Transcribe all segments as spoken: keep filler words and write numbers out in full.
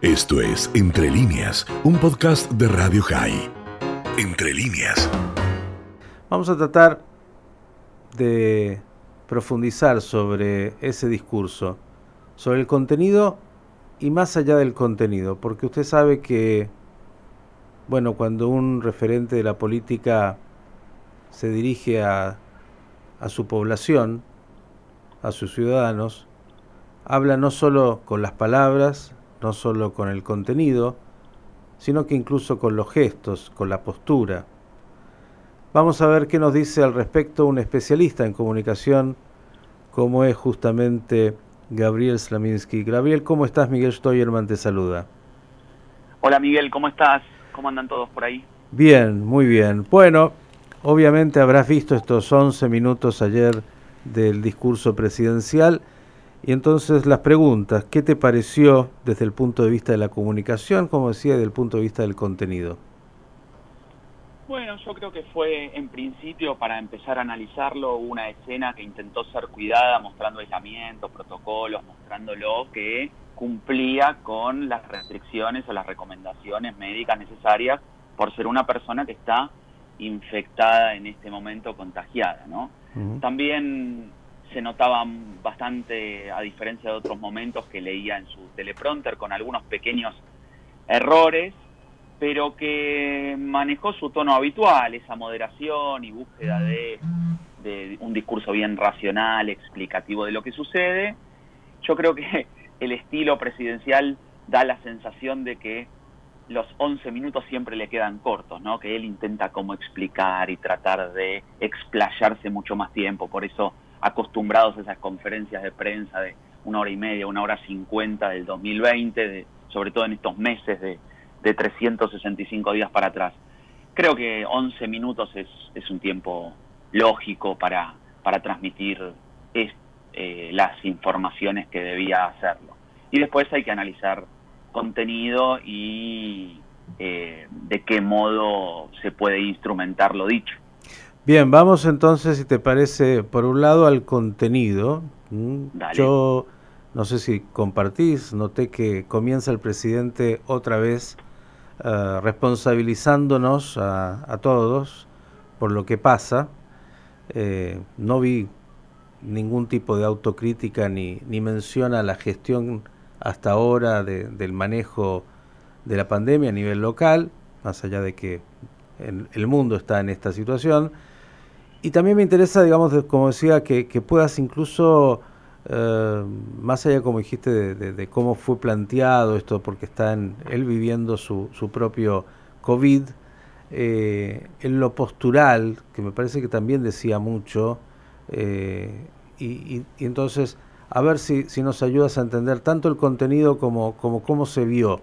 Esto es Entre Líneas, un podcast de Radio High. Entre Líneas. Vamos a tratar de profundizar sobre ese discurso, sobre el contenido y más allá del contenido, porque usted sabe que, bueno, cuando un referente de la política se dirige a, a su población, a sus ciudadanos, habla no solo con las palabras, no solo con el contenido, sino que incluso con los gestos, con la postura. Vamos a ver qué nos dice al respecto un especialista en comunicación, como es justamente Gabriel Slaminski. Gabriel, ¿cómo estás? Miguel Steuermann te saluda. Hola Miguel, ¿cómo estás? ¿Cómo andan todos por ahí? Bien, muy bien. Bueno, obviamente habrás visto estos once minutos ayer del discurso presidencial. Y entonces las preguntas, ¿qué te pareció desde el punto de vista de la comunicación, como decía, desde el punto de vista del contenido? Bueno, yo creo que fue en principio, para empezar a analizarlo, una escena que intentó ser cuidada, mostrando aislamiento, protocolos, mostrándolo que cumplía con las restricciones o las recomendaciones médicas necesarias por ser una persona que está infectada en este momento, contagiada, ¿no? Uh-huh. También se notaban bastante, a diferencia de otros momentos que leía en su teleprompter, con algunos pequeños errores, pero que manejó su tono habitual, esa moderación y búsqueda de, de un discurso bien racional, explicativo de lo que sucede. Yo creo que el estilo presidencial da la sensación de que los once minutos siempre le quedan cortos, ¿no? Que él intenta como explicar y tratar de explayarse mucho más tiempo, por eso acostumbrados a esas conferencias de prensa de una hora y media, una hora cincuenta del dos mil veinte, de, sobre todo en estos meses de, de trescientos sesenta y cinco días para atrás. Creo que once minutos es, es un tiempo lógico para, para transmitir es, eh, las informaciones que debía hacerlo. Y después hay que analizar contenido y eh, de qué modo se puede instrumentar lo dicho. Bien, vamos entonces, si te parece, por un lado al contenido. Dale. Yo no sé si compartís, noté que comienza el presidente otra vez uh, responsabilizándonos a, a todos por lo que pasa. Eh, no vi ningún tipo de autocrítica ni, ni mención a la gestión hasta ahora de, del manejo de la pandemia a nivel local, más allá de que el, el mundo está en esta situación. Y también me interesa, digamos, de, como decía, que, que puedas incluso, eh, más allá, como dijiste, de, de, de cómo fue planteado esto, porque está en, él viviendo su, su propio COVID, eh, en lo postural, que me parece que también decía mucho, eh, y, y, y entonces, a ver si, si nos ayudas a entender tanto el contenido como, como cómo se vio.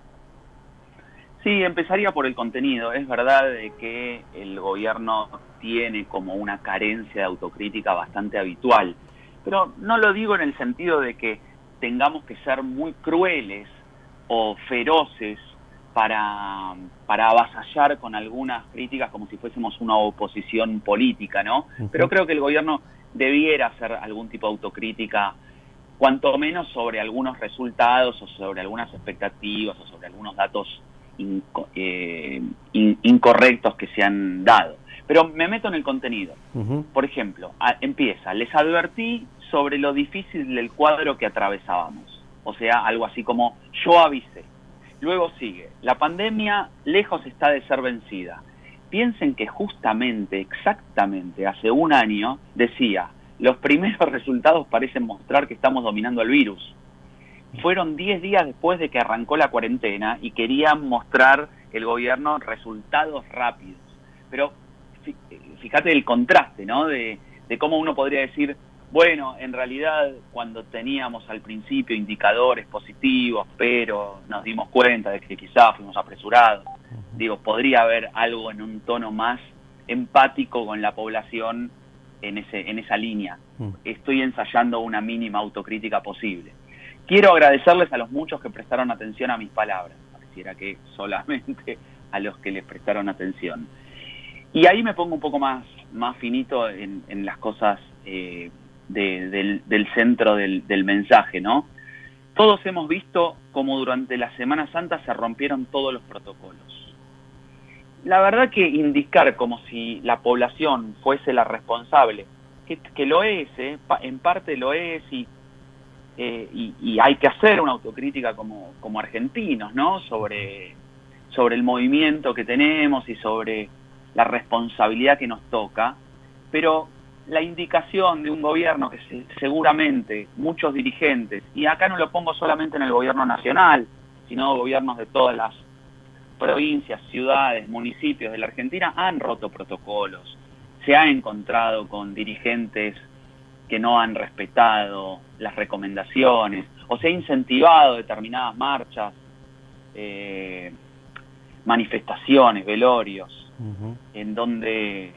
Sí, empezaría por el contenido. Es verdad que el gobierno tiene como una carencia de autocrítica bastante habitual, pero no lo digo en el sentido de que tengamos que ser muy crueles o feroces para, para avasallar con algunas críticas como si fuésemos una oposición política, ¿no? Uh-huh. Pero creo que el gobierno debiera hacer algún tipo de autocrítica, cuanto menos sobre algunos resultados o sobre algunas expectativas o sobre algunos datos Inco, eh, in, incorrectos que se han dado. Pero me meto en el contenido. Uh-huh. Por ejemplo, a, empieza, les advertí sobre lo difícil del cuadro que atravesábamos. O sea, algo así como, yo avisé. Luego sigue, la pandemia lejos está de ser vencida. Piensen que justamente, exactamente, hace un año, decía, los primeros resultados parecen mostrar que estamos dominando el virus. Fueron diez días después de que arrancó la cuarentena y querían mostrar el gobierno resultados rápidos. Pero fíjate el contraste, ¿no? De, de cómo uno podría decir, bueno, en realidad cuando teníamos al principio indicadores positivos, pero nos dimos cuenta de que quizás fuimos apresurados. Digo, podría haber algo en un tono más empático con la población en, ese, en esa línea. Estoy ensayando una mínima autocrítica posible. Quiero agradecerles a los muchos que prestaron atención a mis palabras. Pareciera que solamente a los que les prestaron atención. Y ahí me pongo un poco más, más finito en, en las cosas eh, de, del, del centro del, del mensaje, ¿no? todos hemos visto cómo durante la Semana Santa se rompieron todos los protocolos. La verdad que indicar como si la población fuese la responsable, que, que lo es, ¿eh? En parte lo es, y, eh, y, y hay que hacer una autocrítica como, como argentinos, ¿no? Sobre, sobre el movimiento que tenemos y sobre la responsabilidad que nos toca, pero la indicación de un gobierno que se, seguramente muchos dirigentes, y acá no lo pongo solamente en el gobierno nacional, sino gobiernos de todas las provincias, ciudades, municipios de la Argentina, han roto protocolos, se ha encontrado con dirigentes que no han respetado las recomendaciones, o se ha incentivado determinadas marchas, eh, manifestaciones, velorios, uh-huh. en donde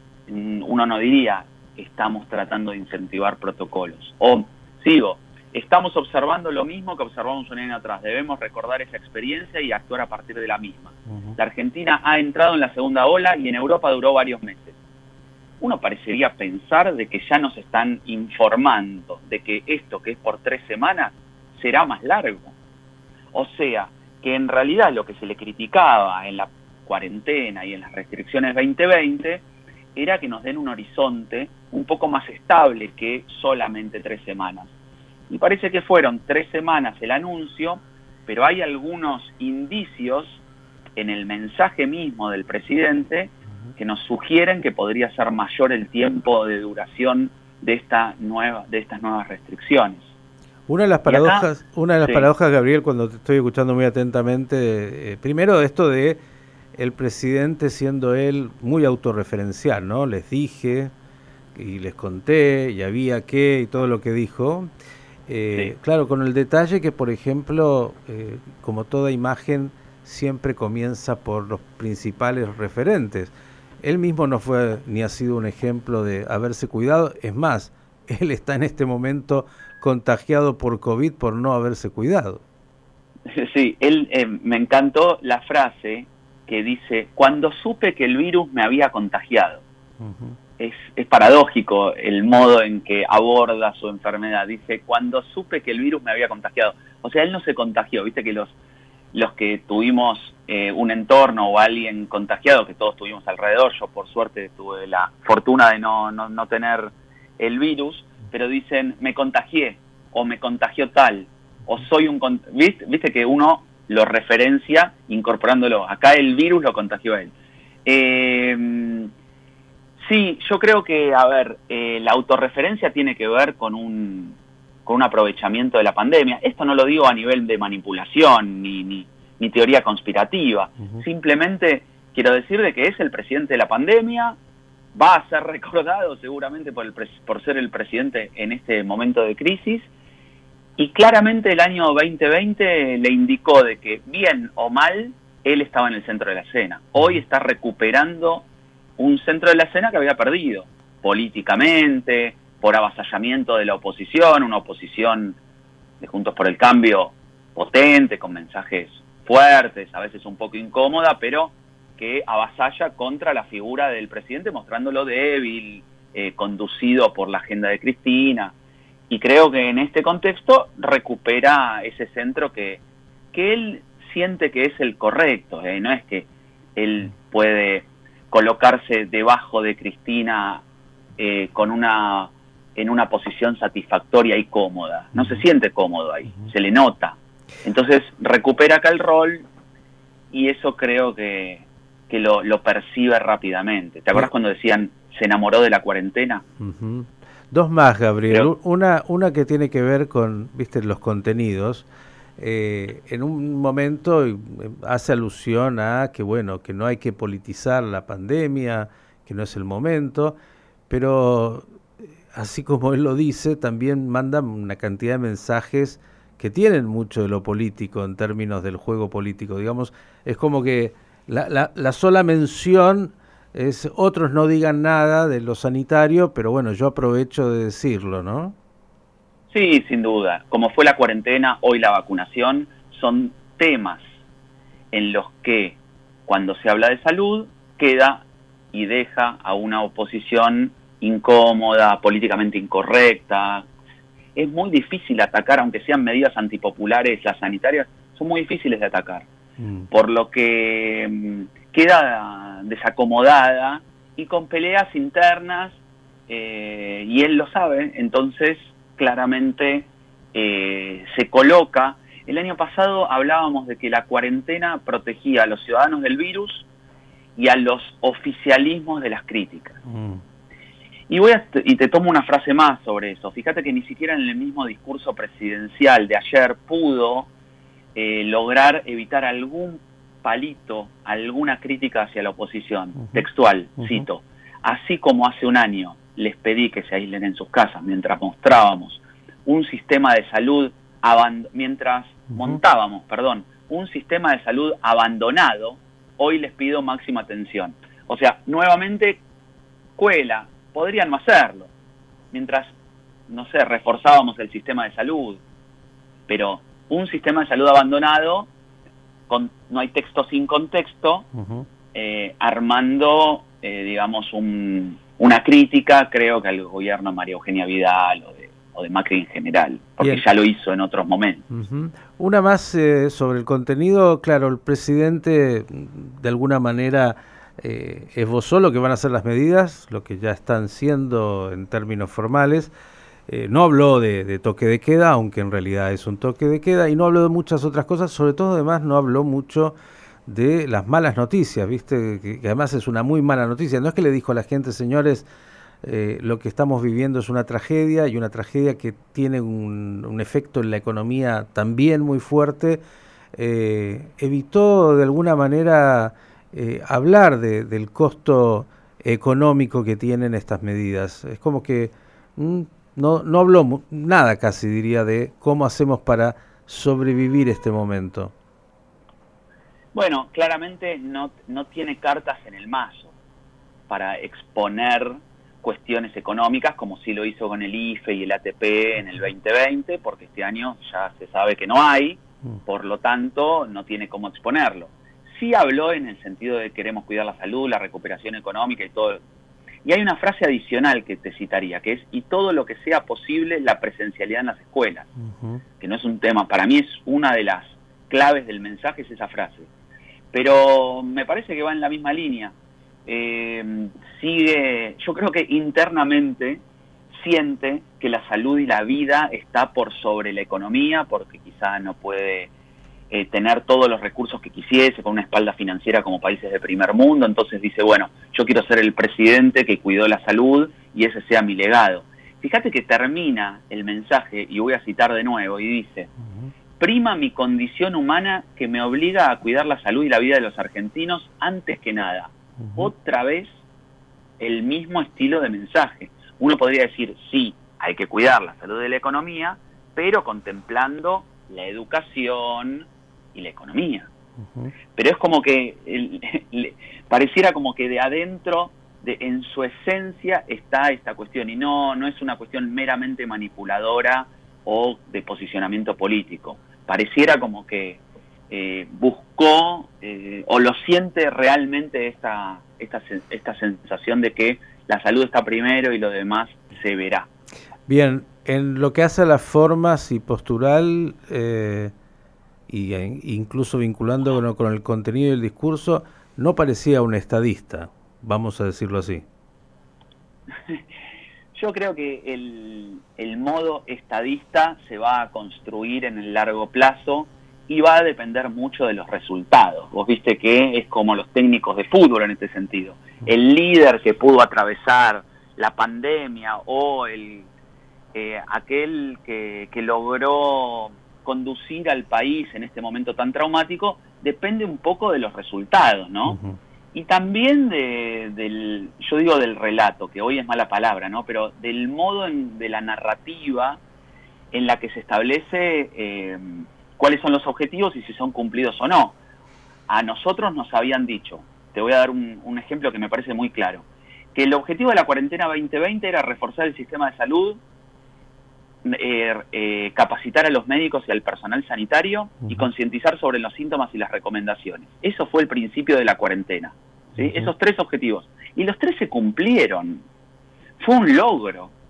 uno no diría estamos tratando de incentivar protocolos. O, sigo, estamos observando lo mismo que observamos un año atrás. Debemos recordar esa experiencia y actuar a partir de la misma. Uh-huh. La Argentina ha entrado en la segunda ola y en Europa duró varios meses. Uno parecería pensar de que ya nos están informando de que esto que es por tres semanas será más largo. O sea, que en realidad lo que se le criticaba en la cuarentena y en las restricciones veinte veinte era que nos den un horizonte un poco más estable que solamente tres semanas. Y parece que fueron tres semanas el anuncio, pero hay algunos indicios en el mensaje mismo del presidente que nos sugieren que podría ser mayor el tiempo de duración de esta nueva, de estas nuevas restricciones. Una de las paradojas, acá, una de las sí. paradojas, Gabriel, cuando te estoy escuchando muy atentamente, eh, primero esto de el presidente siendo él muy autorreferencial, ¿no? Les dije y les conté y había que y todo lo que dijo. Eh, sí. Claro, con el detalle que, por ejemplo, eh, como toda imagen, siempre comienza por los principales referentes. Él mismo no fue ni ha sido un ejemplo de haberse cuidado. Es más, él está en este momento contagiado por COVID por no haberse cuidado. Sí, él eh, me encantó la frase que dice, cuando supe que el virus me había contagiado. Uh-huh. Es, es paradójico el modo en que aborda su enfermedad. Dice, cuando supe que el virus me había contagiado. O sea, él no se contagió. Viste que los, los que tuvimos eh, un entorno o alguien contagiado, que todos tuvimos alrededor, yo por suerte tuve la fortuna de no, no, no tener el virus, pero dicen, me contagié, o me contagió tal, o soy un... ¿Viste, ¿Viste que uno lo referencia incorporándolo? Acá el virus lo contagió a él. Eh, sí, yo creo que, a ver, eh, la autorreferencia tiene que ver con un, con un aprovechamiento de la pandemia. Esto no lo digo a nivel de manipulación ni, ni, ni teoría conspirativa. Uh-huh. Simplemente quiero decir de que es el presidente de la pandemia, va a ser recordado seguramente por, el por ser el presidente en este momento de crisis, y claramente el año veinte veinte le indicó de que, bien o mal, él estaba en el centro de la escena. Hoy está recuperando un centro de la escena que había perdido, políticamente, por avasallamiento de la oposición, una oposición de Juntos por el Cambio potente, con mensajes fuertes, a veces un poco incómoda, pero que avasalla contra la figura del presidente, mostrándolo débil, eh, conducido por la agenda de Cristina. Y creo que en este contexto recupera ese centro que, que él siente que es el correcto, ¿eh? No es que él puede colocarse debajo de Cristina eh, con una en una posición satisfactoria y cómoda. No se siente cómodo ahí, se le nota. Entonces recupera acá el rol y eso creo que, que lo, lo percibe rápidamente. ¿Te acuerdas cuando decían se enamoró de la cuarentena? Uh-huh. Dos más, Gabriel. Pero, una, una que tiene que ver con, viste, los contenidos. Eh, en un momento hace alusión a que, bueno, que no hay que politizar la pandemia, que no es el momento, pero así como él lo dice, también manda una cantidad de mensajes que tienen mucho de lo político en términos del juego político. Digamos, es como que la, la, la sola mención es otros no digan nada de lo sanitario, pero bueno, yo aprovecho de decirlo, ¿no? Sí, sin duda. Como fue la cuarentena, hoy la vacunación, son temas en los que cuando se habla de salud queda y deja a una oposición incómoda, políticamente incorrecta. es muy difícil atacar, aunque sean medidas antipopulares, las sanitarias, son muy difíciles de atacar. Mm. Por lo que mm, queda desacomodada y con peleas internas, eh, y él lo sabe, entonces claramente eh, se coloca. El año pasado hablábamos de que la cuarentena protegía a los ciudadanos del virus y a los oficialismos de las críticas. Mm. Y voy a, y te tomo una frase más sobre eso. Fíjate que ni siquiera en el mismo discurso presidencial de ayer pudo eh, lograr evitar algún palito, alguna crítica hacia la oposición. Uh-huh. Textual, uh-huh. Cito: así como hace un año les pedí que se aíslen en sus casas mientras mostrábamos un sistema de salud, aband- mientras uh-huh. montábamos, perdón, un sistema de salud abandonado, hoy les pido máxima atención. O sea, nuevamente, cuela, podrían no hacerlo, mientras, no sé, reforzábamos el sistema de salud, pero un sistema de salud abandonado, con, no hay texto sin contexto, uh-huh. eh, armando, eh, digamos, un, una crítica, creo que al gobierno de María Eugenia Vidal o de, o de Macri en general, porque Bien. ya lo hizo en otros momentos. Uh-huh. Una más eh, sobre el contenido. Claro, el presidente de alguna manera eh, esbozó lo que van a ser las medidas, lo que ya están siendo en términos formales. Eh, no habló de, de toque de queda, aunque en realidad es un toque de queda, y no habló de muchas otras cosas, sobre todo además no habló mucho de las malas noticias, ¿viste? Que, que además es una muy mala noticia. No es que le dijo a la gente, señores, eh, lo que estamos viviendo es una tragedia, y una tragedia que tiene un, un efecto en la economía también muy fuerte. Eh, evitó de alguna manera eh, hablar de, del costo económico que tienen estas medidas. Es como que mmm, no, no habló nada, casi diría, de cómo hacemos para sobrevivir este momento. Bueno, claramente no, no tiene cartas en el mazo para exponer cuestiones económicas, como sí lo hizo con el I F E y el A T P en el veinte veinte, porque este año ya se sabe que no hay, por lo tanto no tiene cómo exponerlo. Sí habló en el sentido de queremos cuidar la salud, la recuperación económica y todo. Y hay una frase adicional que te citaría, que es, y todo lo que sea posible, la presencialidad en las escuelas, uh-huh. que no es un tema, para mí es una de las claves del mensaje, es esa frase. Pero me parece que va en la misma línea. Eh, sigue, yo creo que internamente siente que la salud y la vida está por sobre la economía, porque quizá no puede eh, tener todos los recursos que quisiese, con una espalda financiera como países de primer mundo. Entonces dice, bueno, yo quiero ser el presidente que cuidó la salud y ese sea mi legado. Fíjate que termina el mensaje, y voy a citar de nuevo, y dice: uh-huh. prima mi condición humana que me obliga a cuidar la salud y la vida de los argentinos antes que nada. Uh-huh. Otra vez el mismo estilo de mensaje. Uno podría decir, sí, hay que cuidar la salud y la economía, pero contemplando la educación y la economía. Uh-huh. Pero es como que el, el, pareciera como que de adentro, de, en su esencia, está esta cuestión, y no, no es una cuestión meramente manipuladora o de posicionamiento político. Pareciera como que eh, buscó eh, o lo siente realmente esta, esta, esta sensación de que la salud está primero y lo demás se verá. Bien, en lo que hace a las formas y postural, eh, y eh, incluso vinculando con, con el contenido del discurso, no parecía un estadista, vamos a decirlo así. Yo creo que el, el modo estadista se va a construir en el largo plazo y va a depender mucho de los resultados. Vos viste que es como los técnicos de fútbol en este sentido. El líder que pudo atravesar la pandemia o el eh, aquel que, que logró conducir al país en este momento tan traumático, depende un poco de los resultados, ¿no? Uh-huh. Y también de, del, yo digo del relato, que hoy es mala palabra, ¿no? Pero del modo en, de la narrativa en la que se establece eh, cuáles son los objetivos y si son cumplidos o no. A nosotros nos habían dicho, te voy a dar un, un ejemplo que me parece muy claro, que el objetivo de la cuarentena veinte veinte era reforzar el sistema de salud, eh, eh, capacitar a los médicos y al personal sanitario y concientizar sobre los síntomas y las recomendaciones. Eso fue el principio de la cuarentena, ¿sí? Uh-huh. Esos tres objetivos. Y los tres se cumplieron. Fue un logro.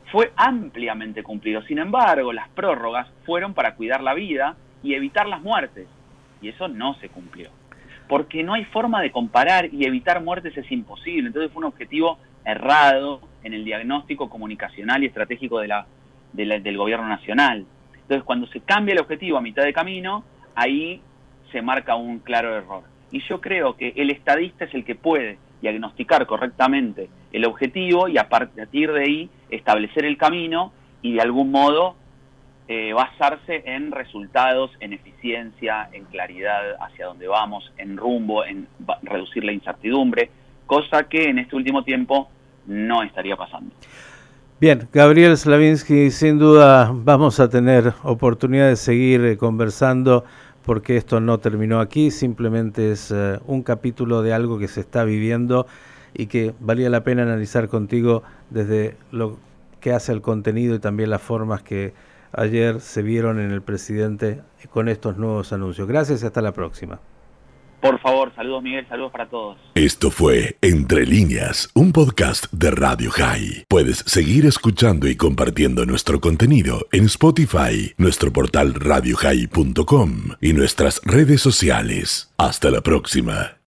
fue ampliamente cumplido. Sin embargo, las prórrogas fueron para cuidar la vida y evitar las muertes, y eso no se cumplió. Porque no hay forma de comparar, y evitar muertes es imposible. Entonces fue un objetivo errado en el diagnóstico comunicacional y estratégico de la, de la, del gobierno nacional. Entonces cuando se cambia el objetivo a mitad de camino, ahí se marca un claro error. Y yo creo que el estadista es el que puede diagnosticar correctamente el objetivo y a partir de ahí establecer el camino y de algún modo eh, basarse en resultados, en eficiencia, en claridad hacia dónde vamos, en rumbo, en reducir la incertidumbre, cosa que en este último tiempo no estaría pasando. Bien, Gabriel Slavinsky, sin duda vamos a tener oportunidad de seguir conversando porque esto no terminó aquí, simplemente es uh, un capítulo de algo que se está viviendo y que valía la pena analizar contigo desde lo que hace el contenido y también las formas que ayer se vieron en el presidente con estos nuevos anuncios. Gracias y hasta la próxima. Por favor, saludos Miguel, saludos para todos. Esto fue Entre Líneas, un podcast de Radio High. Puedes seguir escuchando y compartiendo nuestro contenido en Spotify, nuestro portal radio high punto com y nuestras redes sociales. Hasta la próxima.